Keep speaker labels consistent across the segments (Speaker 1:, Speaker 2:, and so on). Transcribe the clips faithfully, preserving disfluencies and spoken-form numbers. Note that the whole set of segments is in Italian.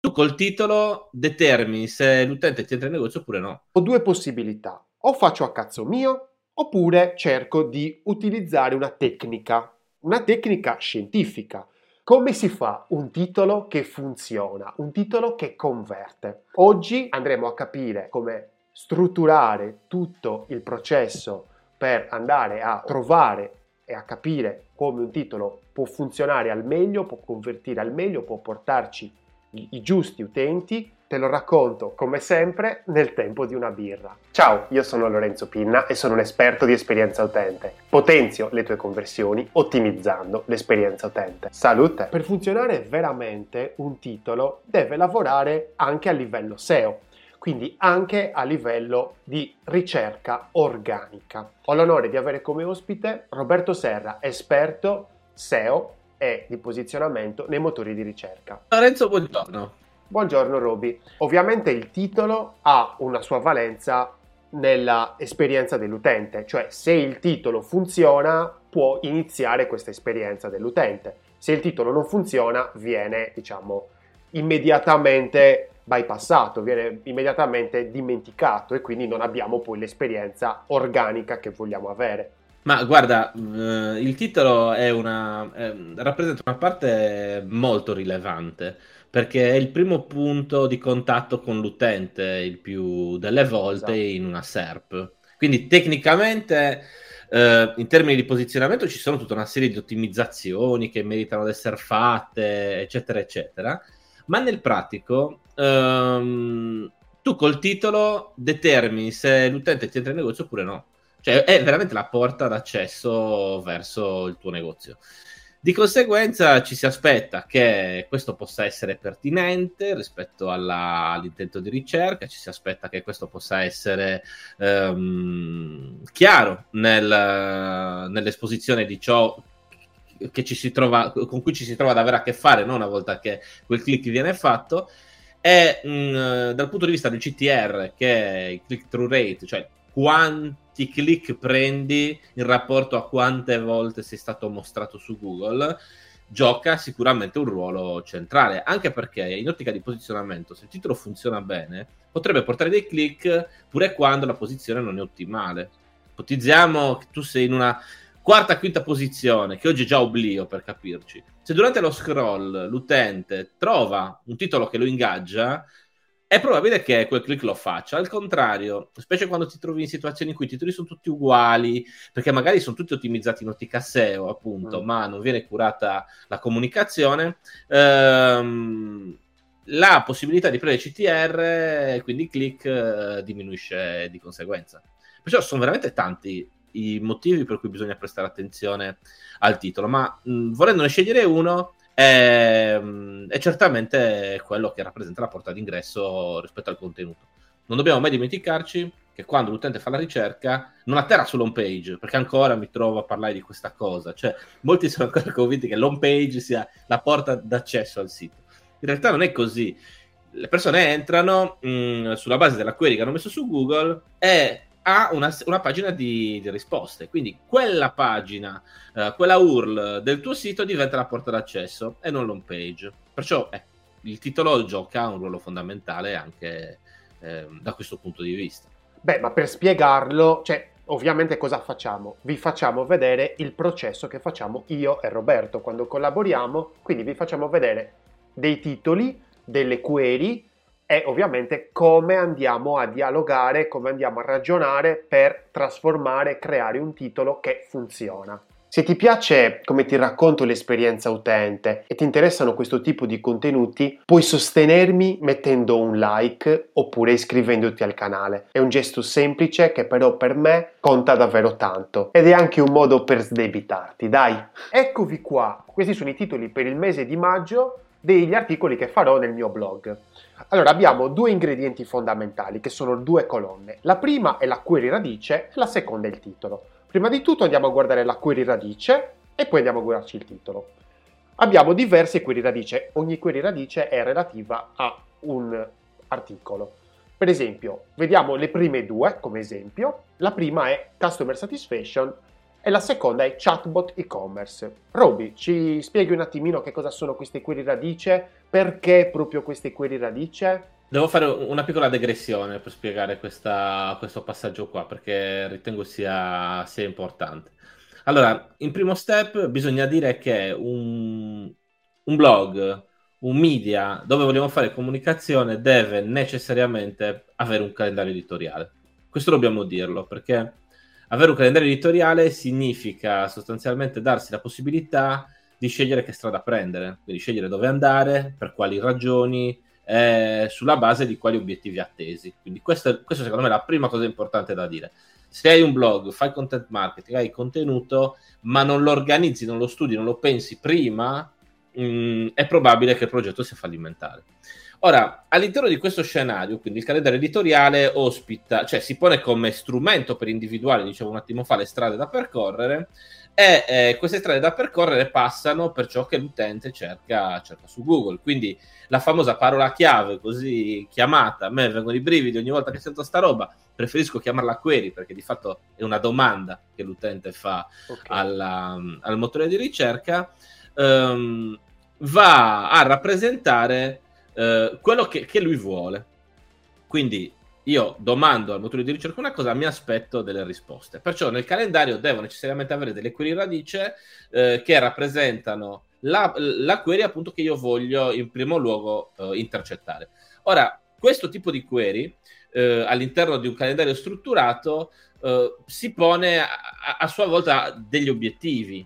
Speaker 1: Tu col titolo determini se l'utente ti entra in negozio oppure no.
Speaker 2: Ho due possibilità: o faccio a cazzo mio oppure cerco di utilizzare una tecnica, una tecnica scientifica. Come si fa un titolo che funziona, un titolo che converte? Oggi andremo a capire come strutturare tutto il processo per andare a trovare e a capire come un titolo può funzionare al meglio, può convertire al meglio, può portarci i, i giusti utenti. Te lo racconto, come sempre, nel tempo di una birra. Ciao, io sono Lorenzo Pinna e sono un esperto di esperienza utente. Potenzio le tue conversioni ottimizzando l'esperienza utente. Salute! Per funzionare veramente un titolo deve lavorare anche a livello S E O, quindi anche a livello di ricerca organica. Ho l'onore di avere come ospite Roberto Serra, esperto S E O e di posizionamento nei motori di ricerca.
Speaker 1: Lorenzo, buongiorno.
Speaker 2: Buongiorno Roby. Ovviamente il titolo ha una sua valenza nella esperienza dell'utente, cioè se il titolo funziona può iniziare questa esperienza dell'utente. Se il titolo non funziona viene, diciamo, immediatamente bypassato, viene immediatamente dimenticato e quindi non abbiamo poi l'esperienza organica che vogliamo avere.
Speaker 1: Ma guarda, eh, il titolo è una, eh, rappresenta una parte molto rilevante perché è il primo punto di contatto con l'utente il più delle volte
Speaker 2: Esatto.
Speaker 1: in una S E R P. Quindi tecnicamente, eh, in termini di posizionamento, ci sono tutta una serie di ottimizzazioni che meritano di essere fatte, eccetera, eccetera. Ma nel pratico, ehm, tu col titolo determini se l'utente ti entra in negozio oppure no. Cioè è veramente la porta d'accesso verso il tuo negozio. Di conseguenza ci si aspetta che questo possa essere pertinente rispetto alla, all'intento di ricerca, ci si aspetta che questo possa essere ehm, chiaro nel, nell'esposizione di ciò che ci si trova, con cui ci si trova ad avere a che fare, no? Una volta che quel click viene fatto. E mh, dal punto di vista del C T R, che è il click-through rate, cioè quanti click prendi in rapporto a quante volte sei stato mostrato su Google, gioca sicuramente un ruolo centrale, anche perché in ottica di posizionamento, se il titolo funziona bene, potrebbe portare dei click pure quando la posizione non è ottimale. Ipotizziamo che tu sei in una quarta, quinta posizione, che oggi è già oblio per capirci. Se durante lo scroll l'utente trova un titolo che lo ingaggia, è probabile che quel click lo faccia. Al contrario, specie quando ti trovi in situazioni in cui i titoli sono tutti uguali, perché magari sono tutti ottimizzati in ottica S E O, appunto, mm. ma non viene curata la comunicazione, ehm, la possibilità di prendere C T R, quindi click, eh, diminuisce di conseguenza. Perciò sono veramente tanti i motivi per cui bisogna prestare attenzione al titolo, ma mh, volendone scegliere uno, è, è certamente quello che rappresenta la porta d'ingresso rispetto al contenuto. Non dobbiamo mai dimenticarci che quando l'utente fa la ricerca non atterra sull'home page, perché ancora mi trovo a parlare di questa cosa, cioè molti sono ancora convinti che l'home page sia la porta d'accesso al sito. In realtà non è così. Le persone entrano mh, sulla base della query che hanno messo su Google e ha una, una pagina di, di risposte, quindi quella pagina, uh, quella U R L del tuo sito diventa la porta d'accesso e non l'home page. Perciò eh, il titolo gioca un ruolo fondamentale anche eh, da questo punto di vista.
Speaker 2: Beh, ma per spiegarlo, cioè, ovviamente cosa facciamo? Vi facciamo vedere il processo che facciamo io e Roberto quando collaboriamo, quindi vi facciamo vedere dei titoli, delle query e ovviamente come andiamo a dialogare, come andiamo a ragionare per trasformare, creare un titolo che funziona. Se ti piace come ti racconto l'esperienza utente e ti interessano questo tipo di contenuti, puoi sostenermi mettendo un like oppure iscrivendoti al canale. È un gesto semplice che però per me conta davvero tanto ed è anche un modo per sdebitarti, dai. Eccovi qua, questi sono i titoli per il mese di maggio degli articoli che farò nel mio blog. Allora, abbiamo due ingredienti fondamentali che sono due colonne. La prima è la query radice e la seconda è il titolo. Prima di tutto andiamo a guardare la query radice e poi andiamo a guardarci il titolo. Abbiamo diverse query radice, ogni query radice è relativa a un articolo. Per esempio, vediamo le prime due come esempio. La prima è Customer Satisfaction E la seconda è chatbot e-commerce. Roby, ci spieghi un attimino che cosa sono queste query radice? Perché proprio queste query radice?
Speaker 1: Devo fare una piccola digressione per spiegare questa- questo passaggio qua, perché ritengo sia, sia importante. Allora, in primo step bisogna dire che un, un blog, un media dove vogliamo fare comunicazione deve necessariamente avere un calendario editoriale. Questo dobbiamo dirlo, perché avere un calendario editoriale significa sostanzialmente darsi la possibilità di scegliere che strada prendere, quindi scegliere dove andare, per quali ragioni, eh, sulla base di quali obiettivi attesi. Quindi questo, questo secondo me è la prima cosa importante da dire. Se hai un blog, fai content marketing, hai contenuto, ma non lo organizzi, non lo studi, non lo pensi prima, mh, è probabile che il progetto sia fallimentare. Ora, all'interno di questo scenario, quindi il calendario editoriale ospita, cioè si pone come strumento per individuare, dicevo un attimo fa, le strade da percorrere, e eh, queste strade da percorrere passano per ciò che l'utente cerca, cerca su Google. Quindi la famosa parola chiave, così chiamata, a me vengono i brividi ogni volta che sento sta roba, preferisco chiamarla query, perché di fatto è una domanda che l'utente fa
Speaker 2: Ok.
Speaker 1: alla, al motore di ricerca, ehm, va a rappresentare eh, quello che, che lui vuole. Quindi io domando al motore di ricerca una cosa, mi aspetto delle risposte. Perciò nel calendario devo necessariamente avere delle query radice eh, che rappresentano la, la query appunto che io voglio in primo luogo eh, intercettare. Ora, questo tipo di query eh, all'interno di un calendario strutturato eh, si pone a, a sua volta degli obiettivi.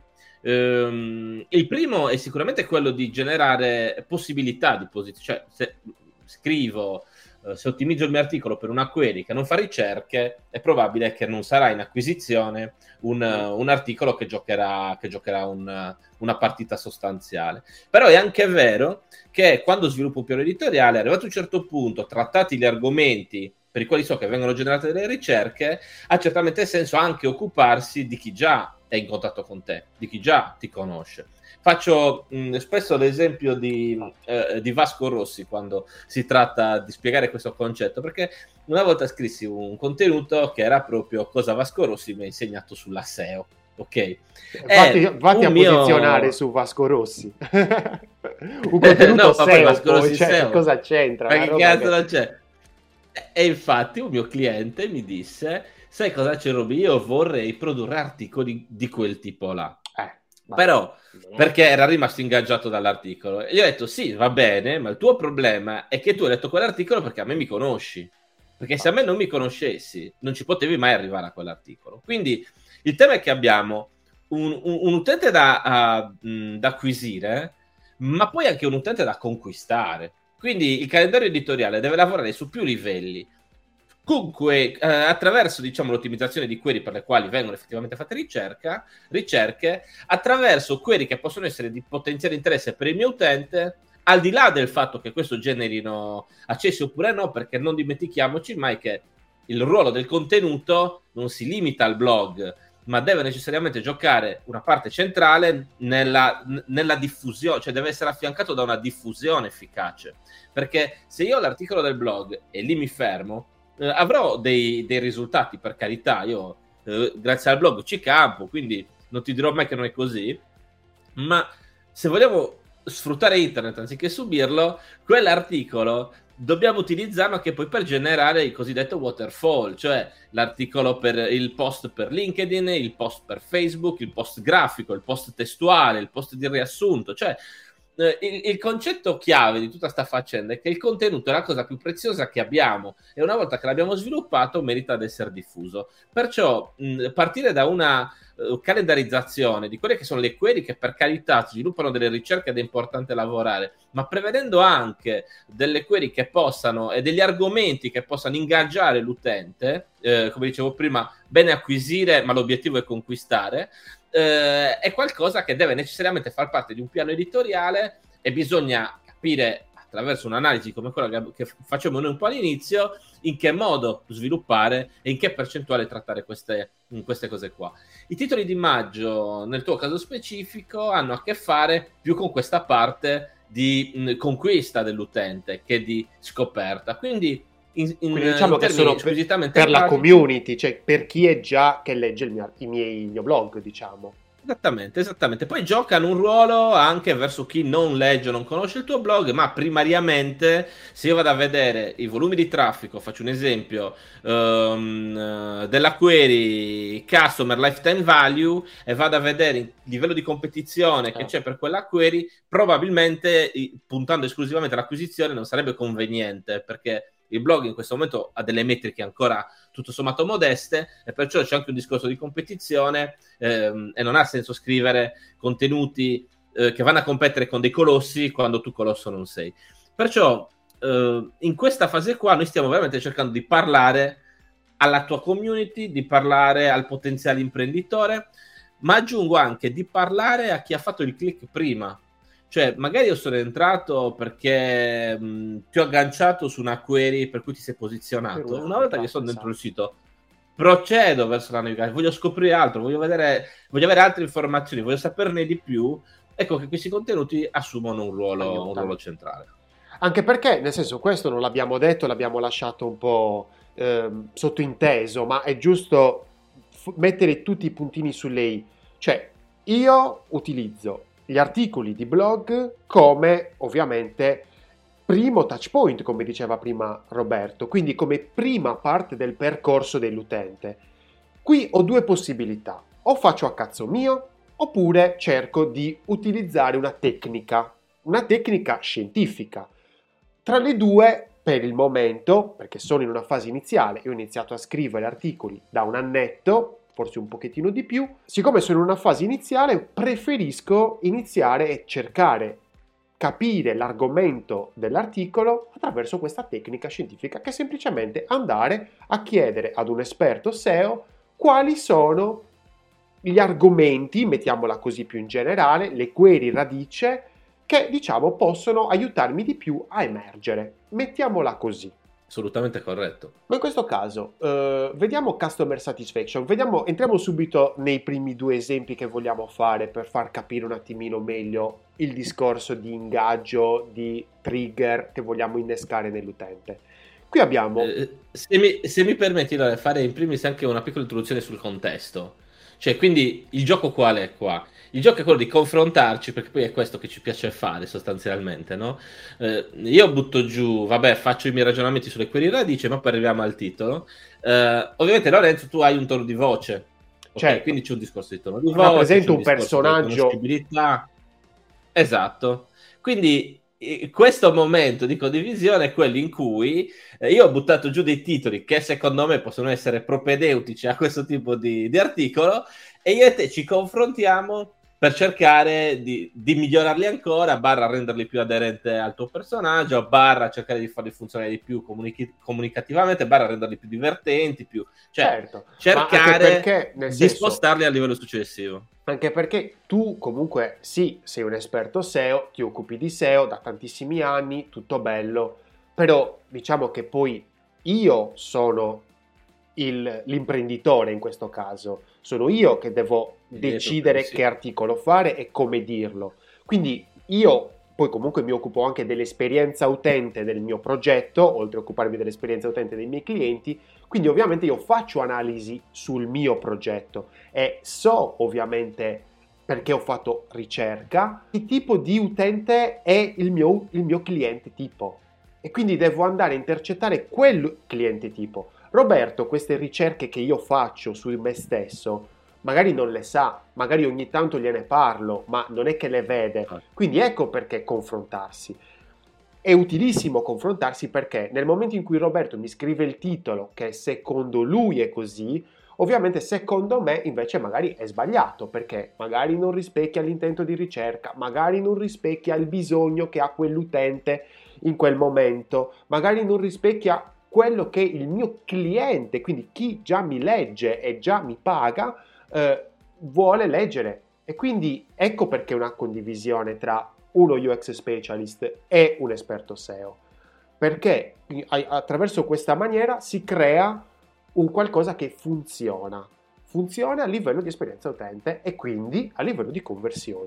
Speaker 1: Um, il primo è sicuramente quello di generare possibilità di posizione, cioè se scrivo, uh, se ottimizzo il mio articolo per una query che non fa ricerche, è probabile che non sarà in acquisizione un, uh, un articolo che giocherà, che giocherà un, uh, una partita sostanziale. Però è anche vero che quando sviluppo un piano editoriale, arrivato a un certo punto, trattati gli argomenti per i quali so che vengono generate delle ricerche, ha certamente senso anche occuparsi di chi già è in contatto con te, di chi già ti conosce. Faccio mh, spesso l'esempio di, eh, di Vasco Rossi quando si tratta di spiegare questo concetto, perché una volta scrissi un contenuto che era proprio cosa Vasco Rossi mi ha insegnato sulla S E O. Ok,
Speaker 2: Vatti, vatti a
Speaker 1: mio...
Speaker 2: posizionare su Vasco Rossi. Un contenuto
Speaker 1: no,
Speaker 2: S E O,
Speaker 1: Vasco
Speaker 2: poi,
Speaker 1: Rossi
Speaker 2: cioè,
Speaker 1: S E O.
Speaker 2: che cosa c'entra?
Speaker 1: Ma
Speaker 2: Una
Speaker 1: che
Speaker 2: roba
Speaker 1: cazzo
Speaker 2: che...
Speaker 1: non c'è? E infatti un mio cliente mi disse, sai cosa c'è Roby? Io vorrei produrre articoli di quel tipo là.
Speaker 2: Eh,
Speaker 1: Però,
Speaker 2: no.
Speaker 1: perché era rimasto ingaggiato dall'articolo. E gli ho detto, sì, va bene, ma il tuo problema è che tu hai letto quell'articolo perché a me mi conosci. Perché se a me non mi conoscessi, non ci potevi mai arrivare a quell'articolo. Quindi il tema è che abbiamo un, un, un utente da, uh, da acquisire, ma poi anche un utente da conquistare. Quindi il calendario editoriale deve lavorare su più livelli, comunque eh, attraverso diciamo l'ottimizzazione di query per le quali vengono effettivamente fatte ricerca, ricerche, attraverso query che possono essere di potenziale interesse per il mio utente, al di là del fatto che questo generino accessi oppure no, perché non dimentichiamoci mai che il ruolo del contenuto non si limita al blog, ma deve necessariamente giocare una parte centrale nella, nella diffusione, cioè deve essere affiancato da una diffusione efficace, perché se io ho l'articolo del blog e lì mi fermo, eh, avrò dei, dei risultati, per carità, io eh, grazie al blog ci campo, quindi non ti dirò mai che non è così, ma se vogliamo sfruttare internet anziché subirlo, quell'articolo dobbiamo utilizzarlo anche poi per generare il cosiddetto waterfall, cioè l'articolo per il post per LinkedIn, il post per Facebook, il post grafico, il post testuale, il post di riassunto, cioè eh, il, il concetto chiave di tutta sta faccenda è che il contenuto è la cosa più preziosa che abbiamo e una volta che l'abbiamo sviluppato merita di essere diffuso. Perciò mh, partire da una uh, calendarizzazione di quelle che sono le query che per carità sviluppano delle ricerche ed è importante lavorare, ma prevedendo anche delle query che possano e degli argomenti che possano ingaggiare l'utente, eh, come dicevo prima, bene acquisire, ma l'obiettivo è conquistare, eh, è qualcosa che deve necessariamente far parte di un piano editoriale e bisogna capire attraverso un'analisi come quella che facciamo noi un po' all'inizio in che modo sviluppare e in che percentuale trattare queste, queste cose qua. I titoli di maggio nel tuo caso specifico hanno a che fare più con questa parte di mh, conquista dell'utente che di scoperta, quindi in, in,
Speaker 2: Quindi diciamo
Speaker 1: in
Speaker 2: che
Speaker 1: termini
Speaker 2: sono per,
Speaker 1: squisitamente
Speaker 2: per la
Speaker 1: pratici.
Speaker 2: community, cioè per chi è già che legge il mio, i miei, il mio blog, diciamo.
Speaker 1: Esattamente, esattamente. Poi giocano un ruolo anche verso chi non legge o non conosce il tuo blog, ma primariamente se io vado a vedere i volumi di traffico, faccio un esempio ehm, eh, della query Customer Lifetime Value e vado a vedere il livello di competizione che
Speaker 2: Eh.
Speaker 1: c'è per quella query, probabilmente i- puntando esclusivamente all'acquisizione non sarebbe conveniente, perché il blog in questo momento ha delle metriche ancora tutto sommato modeste e perciò c'è anche un discorso di competizione ehm, e non ha senso scrivere contenuti eh, che vanno a competere con dei colossi quando tu colosso non sei. Perciò eh, in questa fase qua noi stiamo veramente cercando di parlare alla tua community, di parlare al potenziale imprenditore, ma aggiungo anche di parlare a chi ha fatto il click prima. Cioè, magari io sono entrato perché mh, ti ho agganciato su una query per cui ti sei
Speaker 2: Per
Speaker 1: posizionato. Una volta
Speaker 2: un'altra,
Speaker 1: che sono dentro
Speaker 2: esatto.
Speaker 1: il sito, procedo verso la navigazione, voglio scoprire altro, voglio vedere, voglio avere altre informazioni, voglio saperne di più. Ecco che questi contenuti assumono un ruolo, un
Speaker 2: Aiutano.
Speaker 1: ruolo centrale.
Speaker 2: Anche perché, nel senso, questo non l'abbiamo detto, l'abbiamo lasciato un po' ehm, sottointeso, ma è giusto f- mettere tutti i puntini sulle i. Cioè, io utilizzo gli articoli di blog come, ovviamente, primo touch point, come diceva prima Roberto, quindi come prima parte del percorso dell'utente. Qui ho due possibilità: o faccio a cazzo mio, oppure cerco di utilizzare una tecnica, una tecnica scientifica. Tra le due, per il momento, perché sono in una fase iniziale, io ho iniziato a scrivere articoli da un annetto, forse un pochettino di più, siccome sono in una fase iniziale, preferisco iniziare e cercare capire l'argomento dell'articolo attraverso questa tecnica scientifica, che è semplicemente andare a chiedere ad un esperto S E O quali sono gli argomenti, mettiamola così più in generale, le query radice che diciamo possono aiutarmi di più a emergere. Mettiamola così.
Speaker 1: Assolutamente corretto.
Speaker 2: Ma in questo caso, eh, vediamo customer satisfaction, vediamo, entriamo subito nei primi due esempi che vogliamo fare per far capire un attimino meglio il discorso di ingaggio, di trigger che vogliamo innescare nell'utente. Qui abbiamo...
Speaker 1: Eh, se, mi, se mi permetti di fare in primis anche una piccola introduzione sul contesto. Cioè, quindi il gioco qual è qua? Il gioco è quello di confrontarci, perché poi è questo che ci piace fare sostanzialmente, no? Eh, io butto giù, vabbè, faccio i miei ragionamenti sulle query radice, ma poi arriviamo al titolo. Eh, ovviamente, Lorenzo, tu hai un tono di voce, ok?
Speaker 2: Certo,
Speaker 1: Quindi c'è un discorso di tono di voce, c'è
Speaker 2: rappresento
Speaker 1: un
Speaker 2: un
Speaker 1: discorso di
Speaker 2: personaggio.
Speaker 1: riconoscibilità. Esatto. Quindi eh, questo momento di condivisione è quello in cui eh, io ho buttato giù dei titoli che secondo me possono essere propedeutici a questo tipo di, di articolo e io e te ci confrontiamo per cercare di, di migliorarli ancora, barra renderli più aderente al tuo personaggio, barra cercare di farli funzionare di più comunichi- comunicativamente, barra renderli più divertenti, più... cioè
Speaker 2: Certo, ma anche
Speaker 1: cercare
Speaker 2: perché, nel
Speaker 1: di
Speaker 2: senso,
Speaker 1: spostarli al livello successivo.
Speaker 2: anche perché tu comunque sì, sei un esperto S E O, ti occupi di S E O da tantissimi anni, tutto bello, però diciamo che poi io sono il- l'imprenditore in questo caso, sono io che devo decidere
Speaker 1: Sì.
Speaker 2: che articolo fare e come dirlo. Quindi io poi comunque mi occupo anche dell'esperienza utente del mio progetto, oltre a occuparmi dell'esperienza utente dei miei clienti, quindi ovviamente io faccio analisi sul mio progetto e so ovviamente, perché ho fatto ricerca, che tipo di utente è il mio, il mio cliente tipo e quindi devo andare a intercettare quel cliente tipo. Roberto, queste ricerche che io faccio su me stesso, magari non le sa, magari ogni tanto gliene parlo, ma non è che le vede. Quindi ecco perché confrontarsi. È utilissimo confrontarsi perché nel momento in cui Roberto mi scrive il titolo che secondo lui è così, ovviamente secondo me invece magari è sbagliato perché magari non rispecchia l'intento di ricerca, magari non rispecchia il bisogno che ha quell'utente in quel momento, magari non rispecchia quello che il mio cliente, quindi chi già mi legge e già mi paga, eh, vuole leggere. E quindi ecco perché una condivisione tra uno U X specialist e un esperto S E O, perché attraverso questa maniera si crea un qualcosa che funziona, funziona a livello di esperienza utente e quindi a livello di conversioni.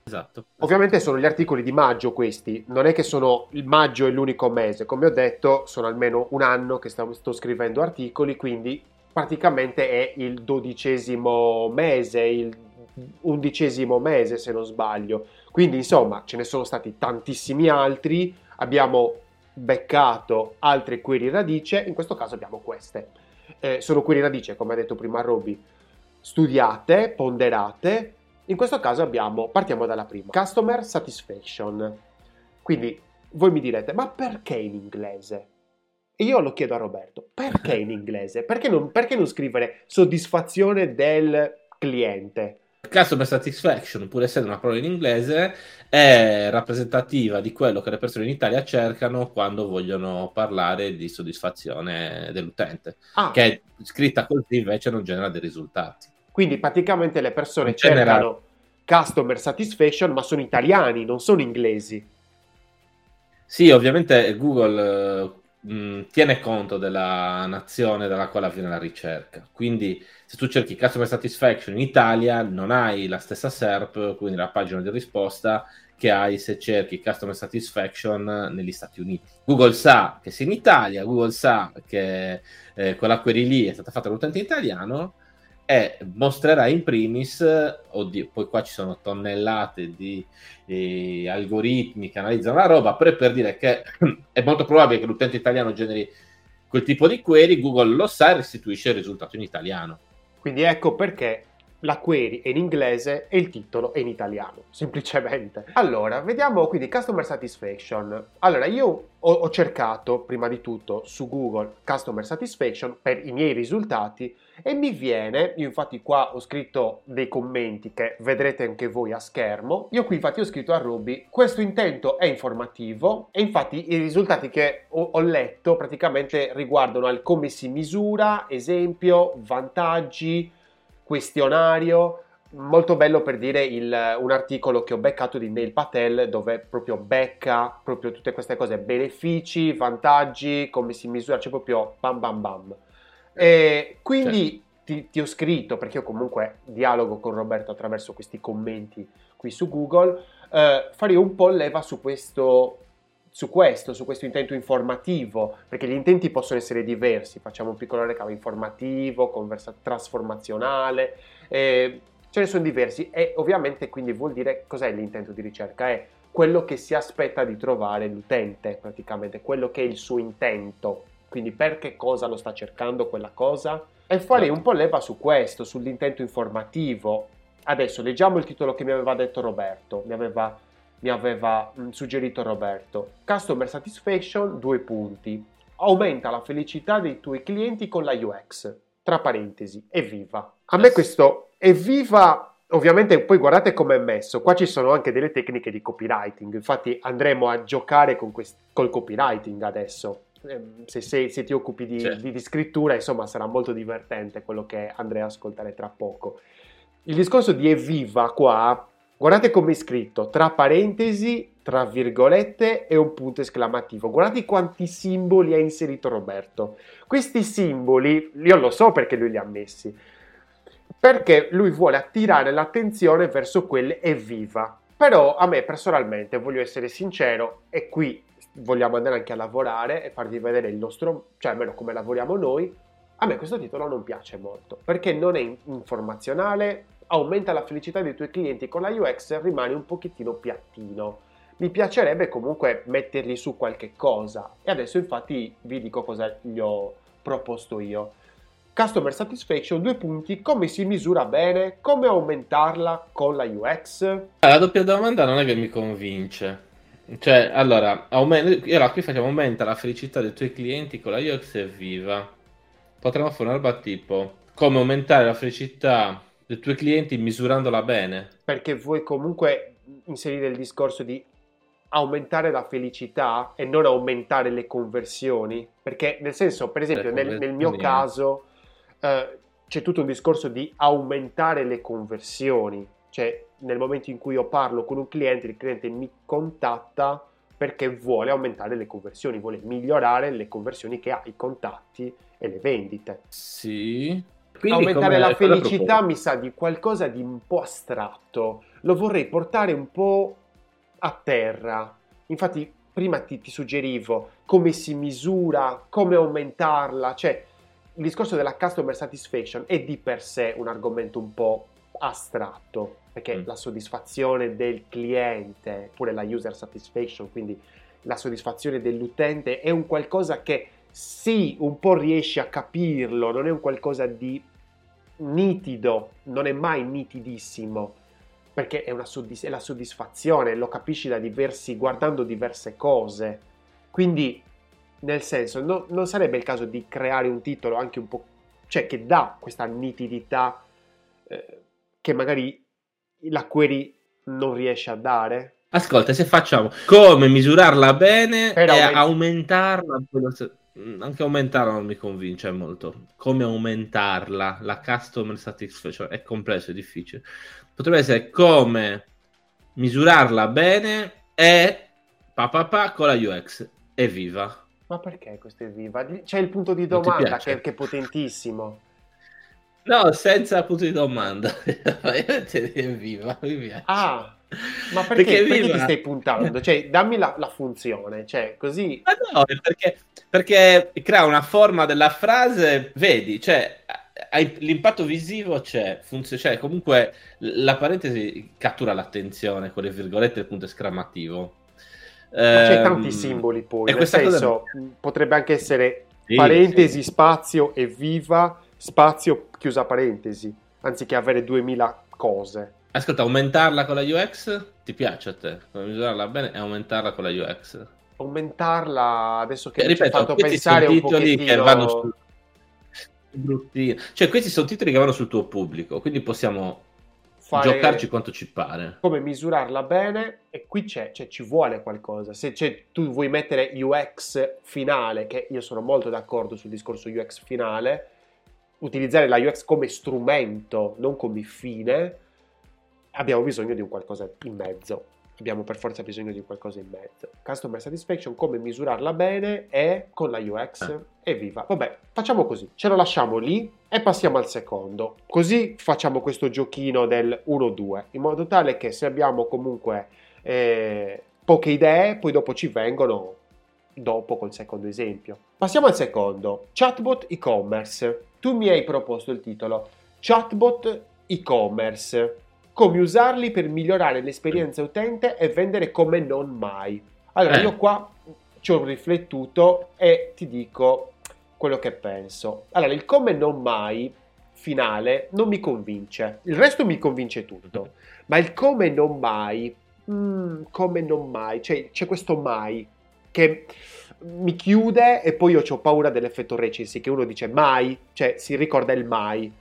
Speaker 1: Esatto.
Speaker 2: Ovviamente sono gli articoli di maggio questi, non è che sono il maggio è l'unico mese, come ho detto sono almeno un anno che sto, sto scrivendo articoli, quindi praticamente è il dodicesimo mese, il undicesimo mese se non sbaglio, quindi insomma ce ne sono stati tantissimi altri, abbiamo beccato altre query radice, in questo caso abbiamo queste. Eh, sono query radice, come ha detto prima Roby, studiate, ponderate. In questo caso abbiamo, partiamo dalla prima, Customer Satisfaction. Quindi voi mi direte, ma perché in inglese? E io lo chiedo a Roberto, perché in inglese? Perché non, perché non scrivere soddisfazione del cliente?
Speaker 1: Customer satisfaction, pur essendo una parola in inglese, è rappresentativa di quello che le persone in Italia cercano quando vogliono parlare di soddisfazione dell'utente,
Speaker 2: Ah,
Speaker 1: che scritta così invece non genera dei risultati.
Speaker 2: quindi praticamente le
Speaker 1: Non
Speaker 2: persone
Speaker 1: genera.
Speaker 2: cercano Customer Satisfaction, ma sono italiani, non sono inglesi.
Speaker 1: Sì, ovviamente Google eh, mh, tiene conto della nazione dalla quale avviene la ricerca. Quindi, se tu cerchi Customer Satisfaction in Italia, non hai la stessa S E R P, quindi la pagina di risposta, che hai se cerchi Customer Satisfaction negli Stati Uniti. Google sa che sei in Italia, Google sa che eh, quella query lì è stata fatta dall'utente italiano e mostrerà in primis, oddio, poi qua ci sono tonnellate di eh, algoritmi che analizzano la roba, però per dire che è molto probabile che l'utente italiano generi quel tipo di query, Google lo sa e restituisce il risultato in italiano.
Speaker 2: Quindi ecco perché la query è in inglese e il titolo è in italiano, semplicemente. Allora, vediamo quindi Customer Satisfaction. Allora, io ho, ho cercato prima di tutto su Google Customer Satisfaction per i miei risultati e mi viene, io infatti qua ho scritto dei commenti che vedrete anche voi a schermo, io qui infatti ho scritto a Ruby, questo intento è informativo e infatti i risultati che ho, ho letto praticamente riguardano al come si misura, esempio, vantaggi, questionario, molto bello per dire il, un articolo che ho beccato di Neil Patel dove proprio becca proprio tutte queste cose, benefici, vantaggi, come si misura, c'è proprio bam bam bam. E quindi certo. ti, ti ho scritto, perché io comunque dialogo con Roberto attraverso questi commenti qui su Google, eh, farei un po' leva su questo, su questo, su questo intento informativo, perché gli intenti possono essere diversi, facciamo un piccolo recap informativo, conversa- trasformazionale, eh, ce ne sono diversi e ovviamente quindi vuol dire cos'è l'intento di ricerca? È quello che si aspetta di trovare l'utente, praticamente, quello che è il suo intento. Quindi per che cosa lo sta cercando quella cosa? E farei un po' leva su questo, sull'intento informativo. Adesso leggiamo il titolo che mi aveva detto Roberto, mi aveva, mi aveva mh, suggerito Roberto. Customer Satisfaction, due punti. Aumenta la felicità dei tuoi clienti con la U X. Tra parentesi, evviva. A me questo evviva, ovviamente poi guardate come è messo. Qua ci sono anche delle tecniche di copywriting. Infatti andremo a giocare con quest- col copywriting adesso. Se, se, se ti occupi di, certo. di, di scrittura, insomma, sarà molto divertente quello che andrei ad ascoltare tra poco. Il discorso di evviva qua, guardate come è scritto, tra parentesi, tra virgolette e un punto esclamativo. Guardate quanti simboli ha inserito Roberto. Questi simboli, io lo so perché lui li ha messi, perché lui vuole attirare l'attenzione verso quelle evviva. Però a me personalmente, voglio essere sincero, e qui vogliamo andare anche a lavorare e farvi vedere il nostro, cioè almeno come lavoriamo noi, a me questo titolo non piace molto, perché non è informazionale, aumenta la felicità dei tuoi clienti con la U X, rimane un pochettino piattino. Mi piacerebbe comunque mettergli su qualche cosa, e adesso infatti vi dico cosa gli ho proposto io. Customer Satisfaction, due punti, come si misura bene, come aumentarla con la U X?
Speaker 1: La doppia domanda non è che mi convince. Cioè, allora, aumenta, allora qui facciamo aumenta la felicità dei tuoi clienti con la U X e viva. Potremmo fare una roba tipo come aumentare la felicità dei tuoi clienti misurandola bene.
Speaker 2: Perché vuoi comunque inserire il discorso di aumentare la felicità e non aumentare le conversioni? Perché nel senso, per esempio, nel, nel mio caso eh, c'è tutto un discorso di aumentare le conversioni. Cioè, nel momento in cui io parlo con un cliente, il cliente mi contatta perché vuole aumentare le conversioni, vuole migliorare le conversioni che ha, i contatti e le vendite.
Speaker 1: Sì. Quindi
Speaker 2: aumentare
Speaker 1: come,
Speaker 2: la felicità mi sa di qualcosa di un po' astratto. lo vorrei portare un po' a terra. Infatti prima ti, ti suggerivo come si misura, come aumentarla, cioè il discorso della customer satisfaction è di per sé un argomento un po' astratto, perché mm. la soddisfazione del cliente, pure la user satisfaction, quindi la soddisfazione dell'utente, è un qualcosa che sì, un po' riesci a capirlo, non è un qualcosa di nitido, non è mai nitidissimo, perché è, una soddisf- è la soddisfazione, lo capisci da diversi, guardando diverse cose. Quindi, nel senso, no, non sarebbe il caso di creare un titolo anche un po', cioè che dà questa nitidità eh, che magari la query non riesce a dare?
Speaker 1: Ascolta, se facciamo come misurarla bene
Speaker 2: Per
Speaker 1: e
Speaker 2: aument-
Speaker 1: aumentarla, anche aumentarla non mi convince molto. Come aumentarla, la customer satisfaction è complesso, è difficile. Potrebbe essere come misurarla bene e pa, pa, pa, con la U X. Evviva.
Speaker 2: Ma perché questo è viva? C'è il punto di
Speaker 1: Non ti
Speaker 2: domanda
Speaker 1: piace?
Speaker 2: che, che è potentissimo.
Speaker 1: No, senza punto di domanda. Evviva, mi piace.
Speaker 2: Ah, ma perché,
Speaker 1: Perché
Speaker 2: perché ti
Speaker 1: viva.
Speaker 2: stai puntando? Cioè, dammi la, la funzione, cioè, così...
Speaker 1: Ma no, è perché, perché crea una forma della frase, vedi, cioè hai- l'impatto visivo c'è, funziona, cioè comunque la parentesi cattura l'attenzione con le virgolette e il punto esclamativo.
Speaker 2: Ma c'è tanti
Speaker 1: Ehm,
Speaker 2: simboli poi,
Speaker 1: e
Speaker 2: nel
Speaker 1: questa cosa...
Speaker 2: senso, mh, potrebbe anche essere
Speaker 1: Sì,
Speaker 2: parentesi,
Speaker 1: sì.
Speaker 2: spazio e viva, spazio, chiusa parentesi, anziché avere duemila cose.
Speaker 1: Ascolta, aumentarla con la U X ti piace a te? Come misurarla bene e aumentarla con la U X.
Speaker 2: Aumentarla, adesso che
Speaker 1: Eh,
Speaker 2: mi ci hai
Speaker 1: ripeto,
Speaker 2: fatto
Speaker 1: questi sono
Speaker 2: pensare un
Speaker 1: titoli che vanno
Speaker 2: pochettino...
Speaker 1: su bruttini. Cioè, questi sono titoli che vanno sul tuo pubblico, quindi possiamo giocarci
Speaker 2: fare
Speaker 1: quanto ci pare.
Speaker 2: come misurarla bene, e qui c'è, cioè, ci vuole qualcosa. Se c'è, tu vuoi mettere U X finale, che io sono molto d'accordo sul discorso U X finale, utilizzare la U X come strumento, non come fine, abbiamo bisogno di un qualcosa in mezzo. Abbiamo per forza bisogno di qualcosa in mezzo. Customer satisfaction, come misurarla bene, è con la U X
Speaker 1: Eh.
Speaker 2: e viva. Vabbè, facciamo così, ce lo lasciamo lì e passiamo al secondo. Così facciamo questo giochino del uno due, in modo tale che se abbiamo comunque eh, poche idee, poi dopo ci vengono dopo col secondo esempio. Passiamo al secondo, chatbot e-commerce. Tu mi hai proposto il titolo chatbot e-commerce. Come usarli per migliorare l'esperienza utente e vendere come non mai. Allora,
Speaker 1: Eh.
Speaker 2: io qua ci ho riflettuto e ti dico quello che penso. Allora, il come non mai finale non mi convince. Il resto mi convince tutto. Ma il come non mai, mm, come non mai, cioè c'è questo mai che mi chiude e poi io ho paura dell'effetto recency, che uno dice mai, cioè si ricorda il mai.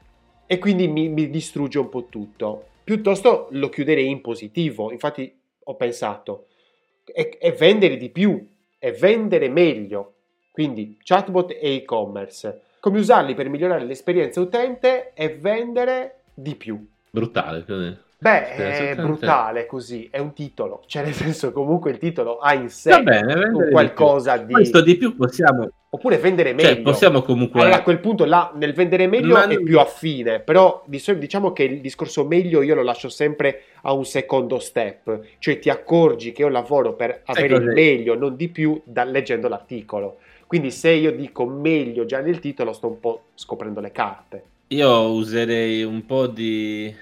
Speaker 2: E quindi mi, mi distrugge un po' tutto. Piuttosto lo chiuderei in positivo. Infatti ho pensato, è, è vendere di più, è vendere meglio. Quindi chatbot e e-commerce. Come usarli per migliorare l'esperienza utente e vendere di più.
Speaker 1: Brutale, così.
Speaker 2: Beh,
Speaker 1: Esperienza
Speaker 2: è
Speaker 1: utente.
Speaker 2: brutale così, è un titolo. Cioè nel senso, comunque il titolo ha in sé
Speaker 1: Va bene,
Speaker 2: un
Speaker 1: vendere
Speaker 2: qualcosa
Speaker 1: di più.
Speaker 2: di...
Speaker 1: Questo di più possiamo...
Speaker 2: Oppure vendere meglio.
Speaker 1: Cioè, possiamo comunque...
Speaker 2: Allora a quel punto là, nel vendere meglio
Speaker 1: Ma
Speaker 2: è
Speaker 1: non-
Speaker 2: più affine, però di solito diciamo che il discorso meglio io lo lascio sempre a un secondo step, cioè ti accorgi che io lavoro per avere il
Speaker 1: cos'è?
Speaker 2: meglio, non di più, da, leggendo l'articolo. Quindi se io dico meglio già nel titolo sto un po' scoprendo le carte.
Speaker 1: Io userei un po' di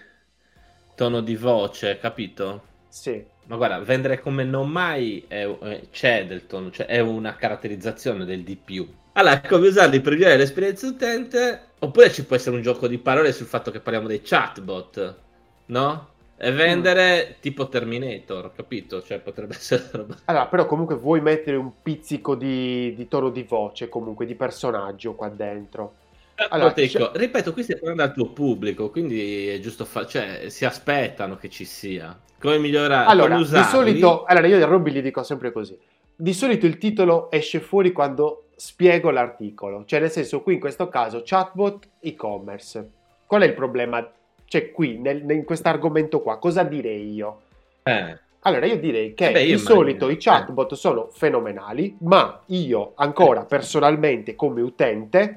Speaker 1: tono di voce, capito?
Speaker 2: Sì.
Speaker 1: Ma guarda, vendere come non mai è- è- c'è del tono, cioè è una caratterizzazione del di più. Allora, come usarli per migliorare l'esperienza utente? Oppure ci può essere un gioco di parole sul fatto che parliamo dei chatbot, no? E vendere tipo Terminator, capito? Cioè potrebbe essere una roba...
Speaker 2: Allora, però comunque vuoi mettere un pizzico di, di tono di voce, comunque di personaggio qua dentro. Allora,
Speaker 1: Allora,
Speaker 2: c'è-
Speaker 1: ripeto, qui stai parlando al tuo pubblico, quindi è giusto fare, cioè si aspettano che ci sia. Come migliorare,
Speaker 2: Allora,
Speaker 1: come
Speaker 2: di
Speaker 1: usarli?
Speaker 2: solito, allora io a Robby gli dico sempre così. Di solito il titolo esce fuori quando spiego l'articolo, cioè nel senso qui in questo caso chatbot e-commerce. Qual è il problema? Cioè qui, nel, in questo argomento qua, cosa direi io?
Speaker 1: Eh,
Speaker 2: Allora io direi che
Speaker 1: Eh beh, io
Speaker 2: di
Speaker 1: immagino,
Speaker 2: solito i
Speaker 1: eh.
Speaker 2: chatbot sono fenomenali, ma io ancora personalmente come utente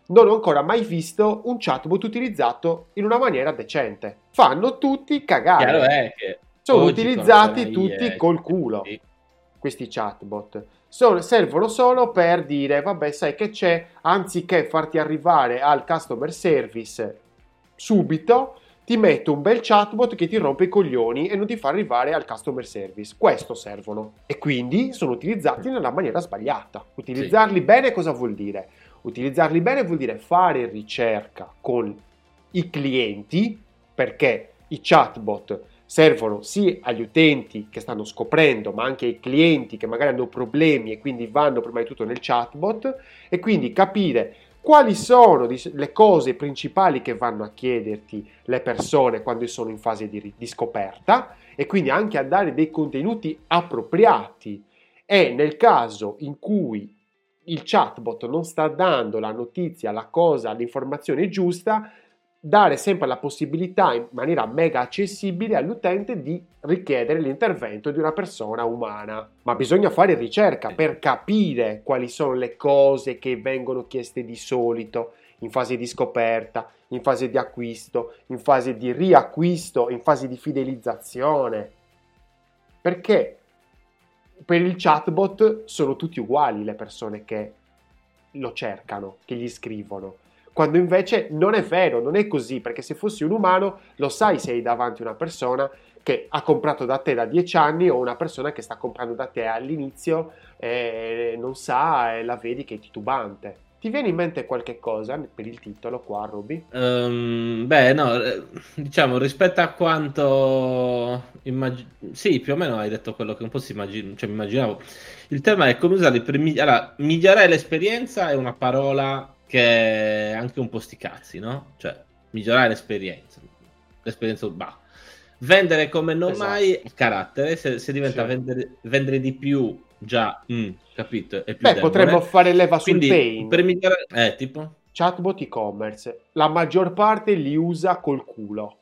Speaker 2: non ho ancora mai visto un chatbot utilizzato in una maniera decente. Fanno tutti cagare.
Speaker 1: Chiaro è che
Speaker 2: sono
Speaker 1: oggi
Speaker 2: utilizzati
Speaker 1: con
Speaker 2: tutti
Speaker 1: OpenAI,
Speaker 2: col culo,
Speaker 1: sì.
Speaker 2: questi chatbot. Sono- servono solo per dire, vabbè, sai che c'è, anziché farti arrivare al customer service subito, ti metto un bel chatbot che ti rompe i coglioni e non ti fa arrivare al customer service. Questo servono. E quindi sono utilizzati nella maniera sbagliata. Utilizzarli bene cosa vuol dire? Utilizzarli bene vuol dire fare ricerca con i clienti, perché i chatbot servono sì agli utenti che stanno scoprendo, ma anche ai clienti che magari hanno problemi e quindi vanno prima di tutto nel chatbot, e quindi capire quali sono le cose principali che vanno a chiederti le persone quando sono in fase di, di scoperta, e quindi anche a dare dei contenuti appropriati. E nel caso in cui il chatbot non sta dando la notizia, la cosa, l'informazione giusta, dare sempre la possibilità in maniera mega accessibile all'utente di richiedere l'intervento di una persona umana. Ma bisogna fare ricerca per capire quali sono le cose che vengono chieste di solito in fase di scoperta, in fase di acquisto, in fase di riacquisto, in fase di fidelizzazione. Perché per il chatbot sono tutti uguali le persone che lo cercano, che gli scrivono. Quando invece non è vero, non è così, perché se fossi un umano lo sai se hai davanti una persona che ha comprato da te da dieci anni o una persona che sta comprando da te all'inizio e non sa e la vedi che è titubante. Ti viene in mente qualche cosa per il titolo qua, Roby?
Speaker 1: Um, beh, no, diciamo rispetto a quanto immag- sì, più o meno hai detto quello che un po' si immagina, cioè mi immaginavo. Il tema è come usarli per mig- allora, migliorare l'esperienza è una parola che è anche un po' sti cazzi, no? Cioè, migliorare l'esperienza. L'esperienza, bah. Vendere come non
Speaker 2: Esatto.
Speaker 1: mai carattere, se, se diventa
Speaker 2: Sì.
Speaker 1: vendere, vendere di più, già, mm, capito? È più
Speaker 2: Beh,
Speaker 1: debole.
Speaker 2: potremmo fare leva sul
Speaker 1: Quindi,
Speaker 2: pain.
Speaker 1: per migliorare, eh, tipo?
Speaker 2: Chatbot e-commerce. La maggior parte li usa col culo.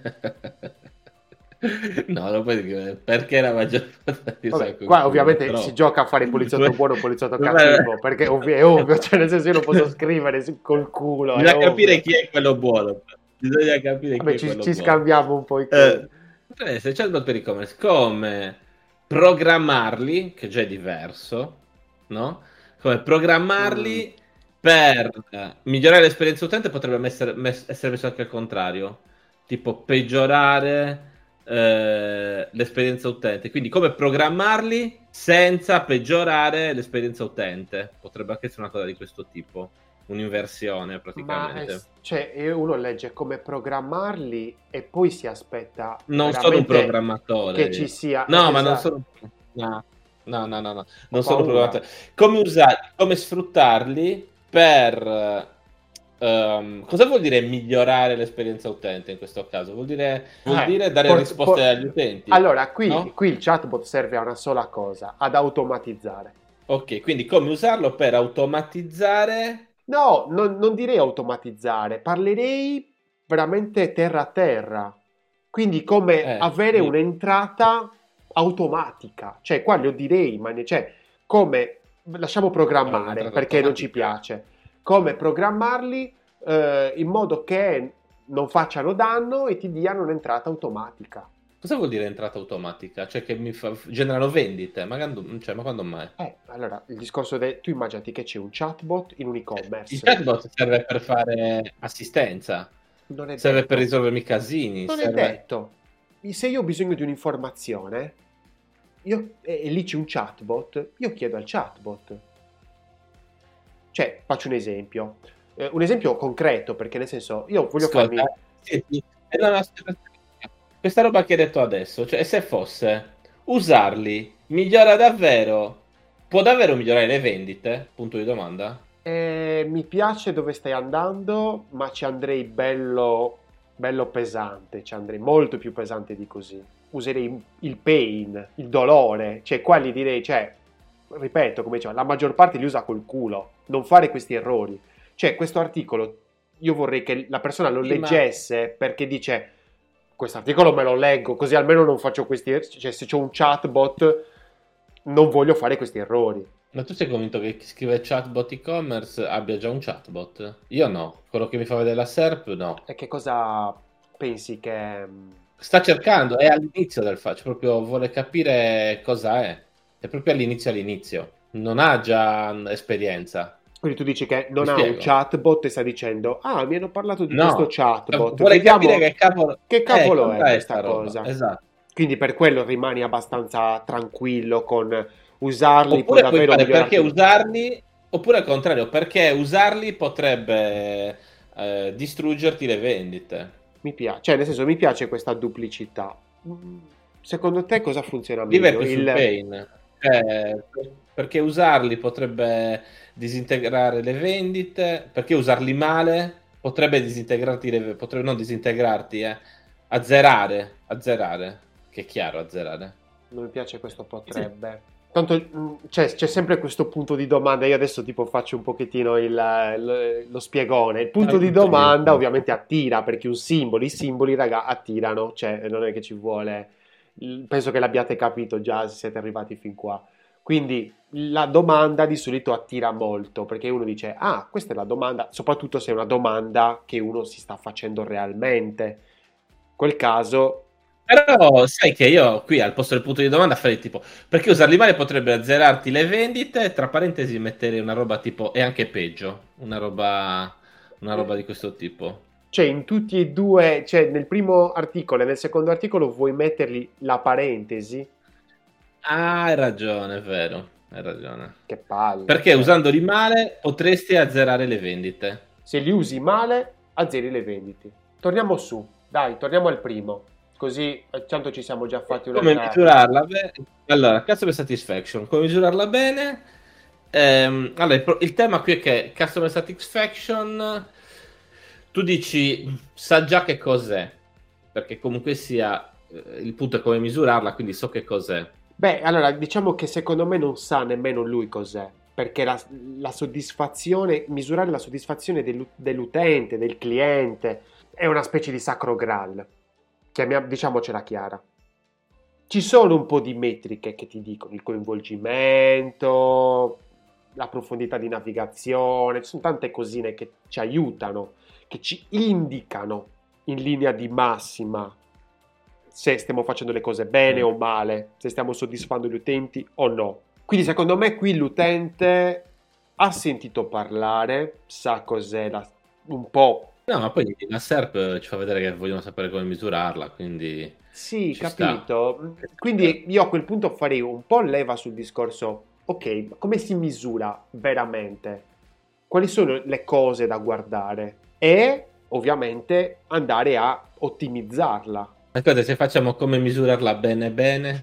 Speaker 1: No, non puoi dire perché la maggior parte di
Speaker 2: Vabbè, qua ovviamente però si gioca a fare poliziotto buono, poliziotto cattivo, perché ovvio, è ovvio, cioè nel senso io non posso scrivere col culo.
Speaker 1: Bisogna
Speaker 2: è
Speaker 1: capire
Speaker 2: ovvio.
Speaker 1: chi è quello buono. Bisogna capire
Speaker 2: Vabbè,
Speaker 1: chi è
Speaker 2: ci,
Speaker 1: quello
Speaker 2: ci
Speaker 1: buono.
Speaker 2: scambiamo un po' i
Speaker 1: Eh, eh, se chatbot per e-commerce, come programmarli, che già è diverso, no? Come programmarli
Speaker 2: Mm.
Speaker 1: per eh, migliorare l'esperienza utente potrebbe essere, mes- essere messo anche al contrario, tipo peggiorare eh, l'esperienza utente. Quindi come programmarli senza peggiorare l'esperienza utente. Potrebbe anche essere una cosa di questo tipo, un'inversione
Speaker 2: Ma
Speaker 1: praticamente.
Speaker 2: è- cioè, e uno legge come programmarli e poi si aspetta
Speaker 1: Non sono un
Speaker 2: veramente
Speaker 1: programmatore.
Speaker 2: che ci sia...
Speaker 1: No,
Speaker 2: eh,
Speaker 1: ma non
Speaker 2: esatto.
Speaker 1: sono... No, no, no, no, no.
Speaker 2: Ho
Speaker 1: Non sono un
Speaker 2: paura.
Speaker 1: programmatore. Come usarli, come sfruttarli per... ehm, cosa vuol dire migliorare l'esperienza utente in questo caso? Vuol dire, vuol
Speaker 2: Eh,
Speaker 1: dire dare
Speaker 2: por-
Speaker 1: risposte
Speaker 2: por-
Speaker 1: agli utenti,
Speaker 2: Allora, qui,
Speaker 1: no?
Speaker 2: qui il chatbot serve a una sola cosa, ad automatizzare.
Speaker 1: Ok, quindi come usarlo per automatizzare...
Speaker 2: No, non, non direi automatizzare, parlerei veramente terra a terra. Quindi come
Speaker 1: Eh,
Speaker 2: avere
Speaker 1: di-
Speaker 2: un'entrata automatica. Cioè, qua lo direi, ma ne- cioè, come lasciamo
Speaker 1: però
Speaker 2: programmare
Speaker 1: un'entrata
Speaker 2: perché non ci
Speaker 1: automatica...
Speaker 2: piace. Come programmarli eh, in modo che non facciano danno e ti diano un'entrata automatica.
Speaker 1: Cosa vuol dire entrata automatica? Cioè che mi fa... generano vendite? Ma quando, cioè, ma quando mai?
Speaker 2: Eh, allora, il discorso de... tu immaginati che c'è un chatbot in un
Speaker 1: Il
Speaker 2: e-commerce.
Speaker 1: chatbot serve per fare assistenza,
Speaker 2: Non è
Speaker 1: serve per
Speaker 2: detto.
Speaker 1: risolvermi i casini,
Speaker 2: Non è
Speaker 1: serve...
Speaker 2: detto. Se io ho bisogno di un'informazione io, e, e lì c'è un chatbot, io chiedo al chatbot. Cioè, faccio un esempio. Eh, un esempio concreto, perché nel senso, io voglio
Speaker 1: Ascolta,
Speaker 2: farmi...
Speaker 1: sì, sì. Eh, no, no, aspetta, aspetta. Questa roba che hai detto adesso, cioè se fosse usarli migliora davvero, può davvero migliorare le vendite? Punto di domanda.
Speaker 2: Eh, mi piace dove stai andando, ma ci andrei bello, bello pesante, ci andrei molto più pesante di così. Userei il pain, il dolore, cioè qua gli direi, cioè, ripeto, come dicevo, la maggior parte li usa col culo, non fare questi errori. Cioè, questo articolo, io vorrei che la persona lo
Speaker 1: Sì, ma
Speaker 2: leggesse perché dice, questo articolo me lo leggo, così almeno non faccio questi errori, cioè se c'è un chatbot non voglio fare questi errori.
Speaker 1: Ma tu sei convinto che chi scrive chatbot e-commerce abbia già un chatbot? Io no, quello che mi fa vedere la S E R P no.
Speaker 2: E che cosa pensi che...
Speaker 1: Sta cercando, è all'inizio del faccio, proprio vuole capire cosa è. È proprio all'inizio all'inizio. Non ha già mm, esperienza.
Speaker 2: Quindi tu dici che
Speaker 1: Mi
Speaker 2: non ha un
Speaker 1: spiego?
Speaker 2: chatbot e sta dicendo, ah, mi hanno parlato di questo
Speaker 1: No,
Speaker 2: chatbot,
Speaker 1: vuole capire
Speaker 2: vediamo
Speaker 1: che cavolo,
Speaker 2: che
Speaker 1: eh,
Speaker 2: cavolo è
Speaker 1: cos'è
Speaker 2: questa
Speaker 1: sta roba.
Speaker 2: cosa.
Speaker 1: Esatto.
Speaker 2: Quindi per quello rimani abbastanza tranquillo con usarli, puoi
Speaker 1: Oppure puoi
Speaker 2: davvero
Speaker 1: fare perché
Speaker 2: migliorarti.
Speaker 1: usarli, oppure al contrario, perché usarli potrebbe eh, distruggerti le vendite.
Speaker 2: Mi piace, cioè nel senso mi piace questa duplicità. Mm, Secondo te cosa funziona
Speaker 1: Vive
Speaker 2: meglio?
Speaker 1: più sul
Speaker 2: Il...
Speaker 1: pain. Cioè, perché usarli potrebbe disintegrare le vendite, perché usarli male potrebbe disintegrarti le, potrebbe non disintegrarti, eh, azzerare, azzerare, che è chiaro, azzerare.
Speaker 2: Non mi piace questo
Speaker 1: Sì.
Speaker 2: potrebbe. Tanto mm, c'è, c'è sempre questo punto di domanda. Io adesso tipo faccio un pochettino il, lo, lo spiegone. Il punto
Speaker 1: Fai
Speaker 2: di
Speaker 1: tutto io.
Speaker 2: domanda ovviamente attira perché un simbolo, i simboli, raga, attirano. Cioè, non è che ci vuole. Penso che l'abbiate capito già se siete arrivati fin qua. Quindi la domanda di solito attira molto perché uno dice: ah, questa è la domanda, soprattutto se è una domanda che uno si sta facendo realmente. In quel caso.
Speaker 1: Però sai che io qui al posto del punto di domanda farei tipo perché usarli male potrebbe azzerarti le vendite, tra parentesi mettere una roba tipo e anche peggio, una roba una roba di questo tipo.
Speaker 2: Cioè, in tutti e due, cioè nel primo articolo e nel secondo articolo vuoi metterli la parentesi?
Speaker 1: Ah, hai ragione, è vero, hai ragione.
Speaker 2: Che palle,
Speaker 1: Perché
Speaker 2: cioè.
Speaker 1: usandoli male potresti azzerare le vendite.
Speaker 2: Se li usi male, azzeri le vendite. Torniamo su, dai, torniamo al primo. Così, eh, tanto ci siamo già fatti
Speaker 1: Come
Speaker 2: un'altra...
Speaker 1: misurarla bene? Allora, customer satisfaction, come misurarla bene? Ehm, allora, il, pro- il tema qui è che customer satisfaction, tu dici, sa già che cos'è, perché comunque sia, eh, il punto è come misurarla, quindi so che cos'è.
Speaker 2: Beh, allora, diciamo che secondo me non sa nemmeno lui cos'è, perché la, la soddisfazione, misurare la soddisfazione dell'u- dell'utente, del cliente, è una specie di sacro graal. Chiamiam- diciamocela chiara. Ci sono un po' di metriche che ti dicono il coinvolgimento, la profondità di navigazione, ci sono tante cosine che ci aiutano, che ci indicano in linea di massima se stiamo facendo le cose bene
Speaker 1: Mm.
Speaker 2: o male, se stiamo soddisfando gli utenti o no. Quindi secondo me qui l'utente ha sentito parlare, sa cos'è la- un po'.
Speaker 1: No, ma poi la S E R P ci fa vedere che vogliono sapere come misurarla, quindi
Speaker 2: Sì,
Speaker 1: ci sta.
Speaker 2: capito. Quindi io a quel punto farei un po' leva sul discorso, ok, ma come si misura veramente? Quali sono le cose da guardare? E ovviamente andare a ottimizzarla.
Speaker 1: Ascolta, se facciamo come misurarla bene bene.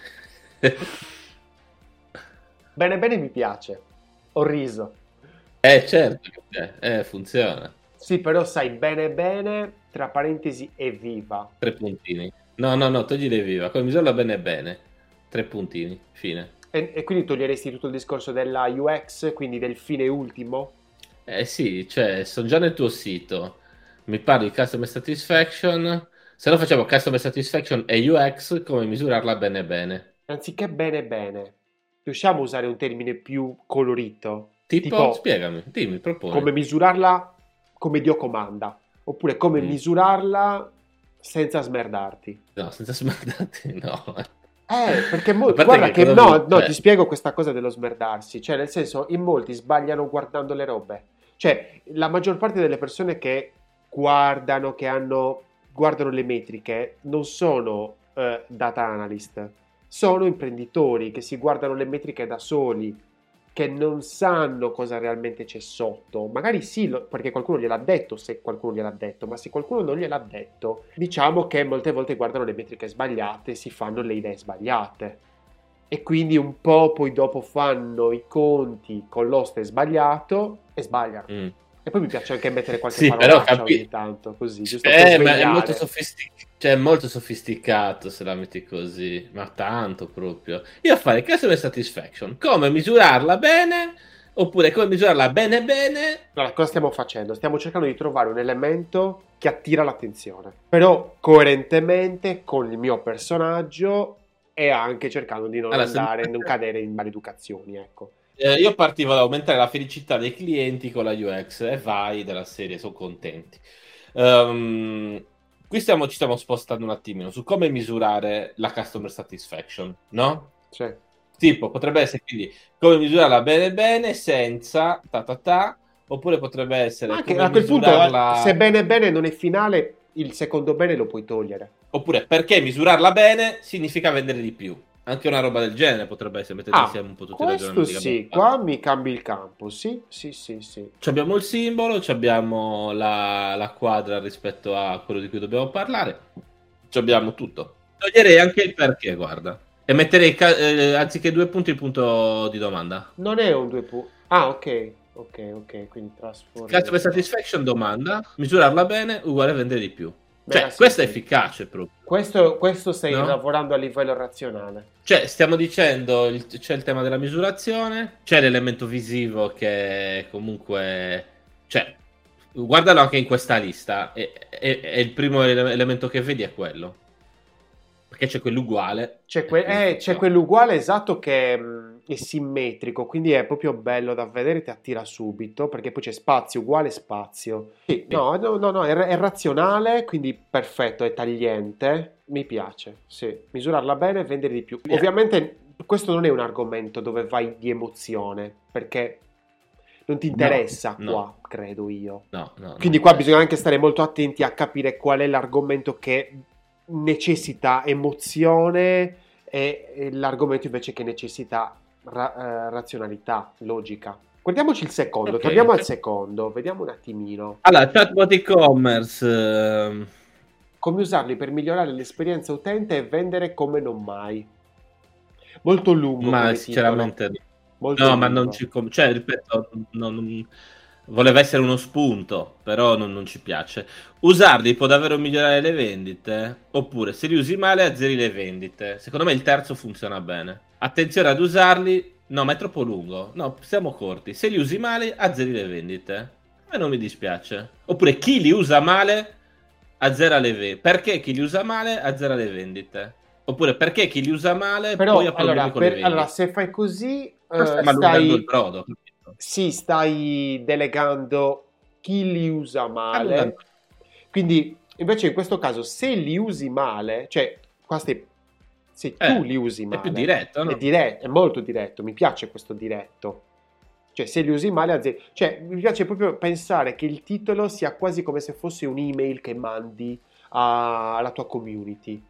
Speaker 2: Bene, bene, mi piace. Ho riso.
Speaker 1: Eh, certo, che- eh, funziona.
Speaker 2: Sì, però sai, bene, bene, tra parentesi, evviva.
Speaker 1: Tre puntini. No, no, no, togli le viva. Come misurarla bene bene. Tre puntini, fine.
Speaker 2: E, e quindi toglieresti tutto il discorso della U X, quindi del fine ultimo?
Speaker 1: Eh sì, cioè, sono già nel tuo sito. Mi parli di customer satisfaction. Se no facciamo customer satisfaction e U X, come misurarla bene bene.
Speaker 2: Anziché bene, bene, riusciamo a usare un termine più colorito?
Speaker 1: Tipo,
Speaker 2: Tipo,
Speaker 1: spiegami, dimmi, proponi.
Speaker 2: come misurarla come Dio comanda, oppure come
Speaker 1: Mm.
Speaker 2: misurarla senza smerdarti.
Speaker 1: No, senza smandarti, no.
Speaker 2: Eh, perché
Speaker 1: A
Speaker 2: mo-
Speaker 1: parte
Speaker 2: guarda
Speaker 1: che
Speaker 2: che
Speaker 1: cosa
Speaker 2: no,
Speaker 1: vuol...
Speaker 2: no,
Speaker 1: Cioè,
Speaker 2: ti spiego questa cosa dello smerdarsi, cioè nel senso in molti sbagliano guardando le robe, cioè la maggior parte delle persone che guardano, che hanno, guardano le metriche non sono eh, data analyst, sono imprenditori che si guardano le metriche da soli, che non sanno cosa realmente c'è sotto. Magari sì, lo- perché qualcuno gliel'ha detto, se qualcuno gliel'ha detto, ma se qualcuno non gliel'ha detto, diciamo che molte volte guardano le metriche sbagliate, si fanno le idee sbagliate. E quindi un po' poi dopo fanno i conti con l'oste sbagliato e sbagliano.
Speaker 1: mm.
Speaker 2: E poi mi piace anche mettere qualche
Speaker 1: Sì, però
Speaker 2: parolaccia
Speaker 1: capi...
Speaker 2: ogni tanto, così, giusto per
Speaker 1: Eh, ma è molto
Speaker 2: svegliare.
Speaker 1: sofistic- cioè, è molto sofisticato se la metti così, ma tanto proprio. Io farei customer satisfaction, come misurarla bene, oppure come misurarla bene bene.
Speaker 2: Allora, cosa stiamo facendo? Stiamo cercando di trovare un elemento che attira l'attenzione, però coerentemente con il mio personaggio e anche cercando di non
Speaker 1: Allora, secondo
Speaker 2: andare, non
Speaker 1: me,
Speaker 2: cadere in maleducazioni, ecco.
Speaker 1: eh, io partivo ad aumentare la felicità dei clienti con la U X e vai della serie, sono contenti. Um, qui stiamo, ci stiamo spostando un attimino su come misurare la customer satisfaction, no?
Speaker 2: Sì.
Speaker 1: Tipo, potrebbe essere quindi come misurarla bene bene senza ta ta ta, oppure potrebbe essere
Speaker 2: Ma anche
Speaker 1: come
Speaker 2: a quel punto,
Speaker 1: misurarla...
Speaker 2: se bene bene non è finale, il secondo bene lo puoi togliere.
Speaker 1: Oppure perché misurarla bene significa vendere di più. Anche una roba del genere potrebbe essere, mettete
Speaker 2: Ah,
Speaker 1: insieme un po' tutti i
Speaker 2: questo
Speaker 1: ragionamenti che abbiamo
Speaker 2: sì,
Speaker 1: fatto.
Speaker 2: qua mi cambi il campo, sì, sì, sì, sì.
Speaker 1: Ci abbiamo il simbolo, ci abbiamo la, la quadra rispetto a quello di cui dobbiamo parlare, ci abbiamo tutto. Toglierei anche il perché, guarda. E metterei, ca- eh, anziché due punti, il punto di domanda.
Speaker 2: Non è un due punti. Ah, ok, ok, ok, quindi trasformi.
Speaker 1: Customer satisfaction domanda, misurarla bene, uguale a vendere di più.
Speaker 2: Mega
Speaker 1: Cioè, questo è
Speaker 2: semplice.
Speaker 1: efficace proprio.
Speaker 2: Questo, questo stai
Speaker 1: No?
Speaker 2: lavorando a livello razionale.
Speaker 1: Cioè, stiamo dicendo, il- c'è il tema della misurazione, c'è l'elemento visivo che comunque... Cioè, guardalo anche in questa lista, e, e- e il primo ele- elemento che vedi è quello. Perché c'è quello uguale.
Speaker 2: C'è,
Speaker 1: e
Speaker 2: que-
Speaker 1: quindi
Speaker 2: eh, c'è
Speaker 1: funziona.
Speaker 2: quell'uguale esatto che mh, è simmetrico, quindi è proprio bello da vedere, ti attira subito, perché poi c'è spazio uguale spazio. Sì,
Speaker 1: Sì.
Speaker 2: no, no, no, no, è, è razionale, quindi perfetto, è tagliente, mi piace, sì. Misurarla bene e vendere di più.
Speaker 1: Yeah.
Speaker 2: Ovviamente questo non è un argomento dove vai di emozione, perché non ti interessa
Speaker 1: No,
Speaker 2: qua,
Speaker 1: no.
Speaker 2: credo io.
Speaker 1: No, no,
Speaker 2: Quindi
Speaker 1: no.
Speaker 2: qua bisogna anche stare molto attenti a capire qual è l'argomento che necessita emozione e, e l'argomento invece che necessita ra- eh, razionalità, logica. Guardiamoci il secondo,
Speaker 1: Ok.
Speaker 2: torniamo al secondo, vediamo un attimino.
Speaker 1: Allora, chatbot e-commerce. ehm,
Speaker 2: Come usarli per migliorare l'esperienza utente e vendere come non mai. Molto lungo
Speaker 1: Ma
Speaker 2: come
Speaker 1: sinceramente
Speaker 2: titolo. Molto
Speaker 1: no, ma
Speaker 2: lungo.
Speaker 1: non ci... com- Cioè, ripeto, non- non- voleva essere uno spunto, però non, non ci piace. Usarli può davvero migliorare le vendite? Oppure, se li usi male, azzeri le vendite. Secondo me il terzo funziona bene. Attenzione ad usarli... No, ma è troppo lungo. No, siamo corti. Se li usi male, azzeri le vendite. A me non mi dispiace. Oppure, chi li usa male, azzera le vendite. Perché chi li usa male, azzera le vendite. Oppure perché chi li usa male
Speaker 2: Però,
Speaker 1: poi ha problemi
Speaker 2: allora,
Speaker 1: con le
Speaker 2: per-
Speaker 1: vendite.
Speaker 2: allora, se fai così,
Speaker 1: Però
Speaker 2: eh,
Speaker 1: stiamo allungando il
Speaker 2: stai,
Speaker 1: brodo, capito?
Speaker 2: sì, stai delegando chi li usa
Speaker 1: Allungando.
Speaker 2: male. Quindi, invece, in questo caso, se li usi male, cioè, qua stai, se tu
Speaker 1: Eh,
Speaker 2: li usi
Speaker 1: è più
Speaker 2: male,
Speaker 1: diretto,
Speaker 2: è,
Speaker 1: no?
Speaker 2: dire- è molto diretto, mi piace questo diretto. Cioè, se li usi male, azze- cioè, mi piace proprio pensare che il titolo sia quasi come se fosse un'email che mandi a- alla tua community.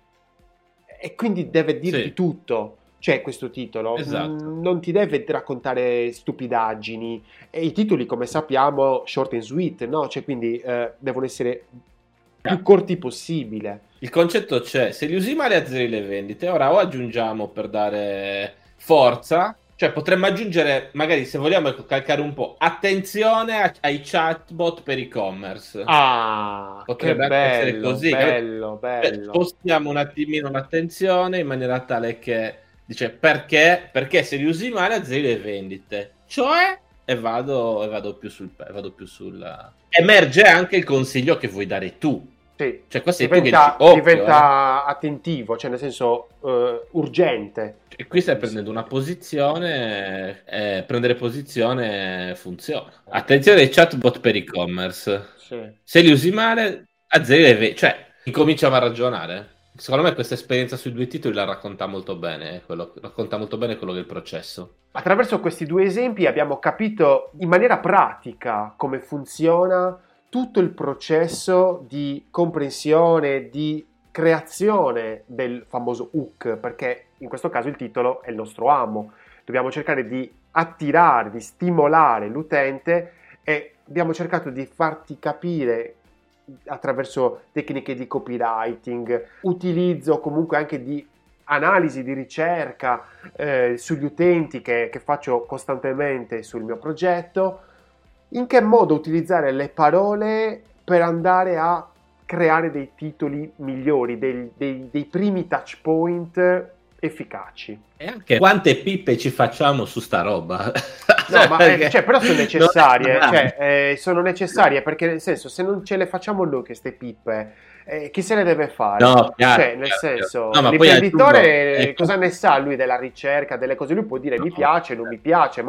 Speaker 2: E quindi deve dirti
Speaker 1: Sì,
Speaker 2: tutto. C'è questo titolo,
Speaker 1: esatto.
Speaker 2: Mm, non ti deve raccontare stupidaggini. E i titoli, come sappiamo, short and sweet, no? Cioè, quindi eh, devono essere più corti possibile.
Speaker 1: Il concetto c'è, se li usi male azzeri le vendite. Ora o aggiungiamo per dare forza, cioè potremmo aggiungere, magari se vogliamo ecco, calcare un po', attenzione a- ai chatbot per e-commerce.
Speaker 2: Ah, che
Speaker 1: Potrebbe anche essere
Speaker 2: bello,
Speaker 1: così.
Speaker 2: bello,
Speaker 1: Cioè,
Speaker 2: bello.
Speaker 1: spostiamo un attimino l'attenzione in maniera tale che dice perché? Perché se li usi male azzeri le vendite. Cioè, e vado, e vado più sul... Vado più sul... Emerge anche il consiglio che vuoi dare tu.
Speaker 2: Sì,
Speaker 1: Cioè, questo è tu che dici,
Speaker 2: diventa,
Speaker 1: occhio,
Speaker 2: diventa attentivo, cioè nel senso eh, urgente.
Speaker 1: eh. E qui stai prendendo una posizione, e prendere posizione funziona. Attenzione ai chatbot per e-commerce.
Speaker 2: Sì.
Speaker 1: Se li usi male, azzeri le vendite. Cioè, incominciamo a ragionare. Secondo me questa esperienza sui due titoli la racconta molto bene, eh, quello, racconta molto bene quello che è il processo.
Speaker 2: Attraverso questi due esempi abbiamo capito in maniera pratica come funziona tutto il processo di comprensione, di creazione del famoso hook, perché in questo caso il titolo è il nostro amo. Dobbiamo cercare di attirare, di stimolare l'utente e abbiamo cercato di farti capire attraverso tecniche di copywriting, utilizzo comunque anche di analisi di ricerca eh, sugli utenti che, che faccio costantemente sul mio progetto, in che modo utilizzare le parole per andare a creare dei titoli migliori, dei, dei, dei primi touch point efficaci.
Speaker 1: E anche quante pippe ci facciamo su sta roba.
Speaker 2: No, ma eh, cioè, però sono necessarie,
Speaker 1: Non è-
Speaker 2: cioè, eh, sono necessarie perché nel senso se non ce le facciamo noi queste pippe, eh, chi se le deve fare?
Speaker 1: No, chiaro,
Speaker 2: Cioè, nel
Speaker 1: chiaro, chiaro.
Speaker 2: senso,
Speaker 1: No, ma poi
Speaker 2: l'imprenditore
Speaker 1: aggiungo,
Speaker 2: eh,
Speaker 1: ecco,
Speaker 2: cosa ne sa lui della ricerca, delle cose? Lui può dire mi
Speaker 1: no,
Speaker 2: piace, non mi piace, ma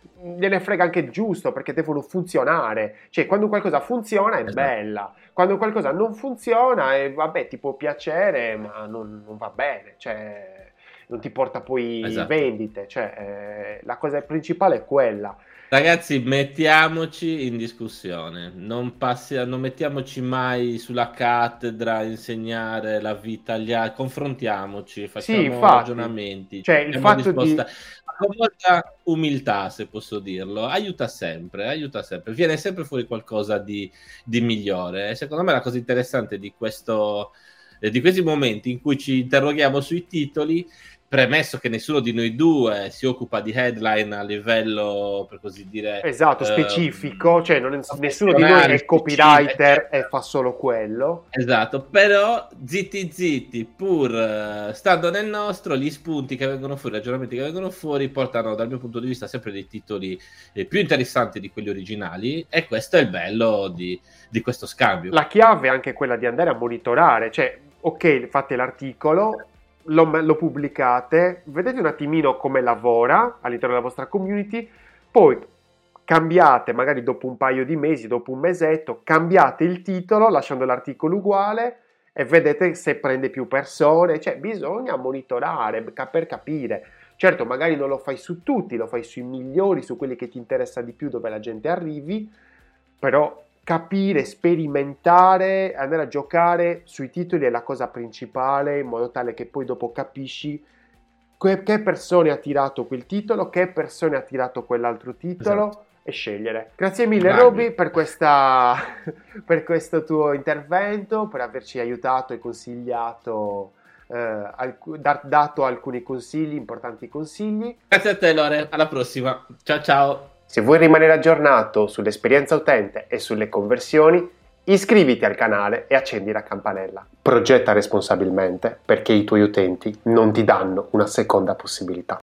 Speaker 2: gliene frega anche il giusto, perché devono funzionare. Cioè, quando qualcosa funziona è
Speaker 1: Esatto.
Speaker 2: bella, quando qualcosa non funziona, e vabbè, ti può piacere, ma non, non va bene, cioè, non ti porta poi
Speaker 1: Esatto.
Speaker 2: vendite. Cioè, eh, la cosa principale è quella.
Speaker 1: Ragazzi, mettiamoci in discussione, non, passi, non mettiamoci mai sulla cattedra a insegnare la vita agli altri, confrontiamoci,
Speaker 2: Sì,
Speaker 1: facciamo
Speaker 2: infatti,
Speaker 1: ragionamenti,
Speaker 2: cioè, il
Speaker 1: siamo
Speaker 2: fatto
Speaker 1: disposti
Speaker 2: di...
Speaker 1: a con molta umiltà, se posso dirlo, aiuta sempre, aiuta sempre, viene sempre fuori qualcosa di, di migliore. E secondo me la cosa interessante di questo, eh, di questi momenti in cui ci interroghiamo sui titoli, premesso che nessuno di noi due si occupa di headline a livello, per così dire,
Speaker 2: Esatto, specifico,
Speaker 1: ehm,
Speaker 2: cioè non è- nessuno di noi
Speaker 1: professionale,
Speaker 2: è
Speaker 1: specifico,
Speaker 2: copywriter e
Speaker 1: eccetera.
Speaker 2: fa solo quello.
Speaker 1: Esatto, però zitti zitti, pur eh, stando nel nostro, gli spunti che vengono fuori, i ragionamenti che vengono fuori, portano dal mio punto di vista sempre dei titoli eh, più interessanti di quelli originali, e questo è il bello di, di questo scambio.
Speaker 2: La chiave è anche quella di andare a monitorare, cioè, ok, fate l'articolo, lo, lo pubblicate, vedete un attimino come lavora all'interno della vostra community, poi cambiate, magari dopo un paio di mesi, dopo un mesetto, cambiate il titolo lasciando l'articolo uguale e vedete se prende più persone. Cioè, bisogna monitorare ca- per capire. Certo, magari non lo fai su tutti, lo fai sui migliori, su quelli che ti interessa di più, dove la gente arrivi, però capire, sperimentare, andare a giocare sui titoli è la cosa principale, in modo tale che poi dopo capisci que- che persone ha tirato quel titolo, che persone ha tirato quell'altro titolo,
Speaker 1: Esatto.
Speaker 2: e scegliere. Grazie mille
Speaker 1: Vai.
Speaker 2: Roby per, questa, per questo tuo intervento, per averci aiutato e consigliato, eh, alc- dar- dato alcuni consigli, importanti consigli.
Speaker 1: Grazie a te Lore, alla prossima, ciao ciao.
Speaker 2: Se vuoi rimanere aggiornato sull'esperienza utente e sulle conversioni, iscriviti al canale e accendi la campanella. Progetta responsabilmente, perché i tuoi utenti non ti danno una seconda possibilità.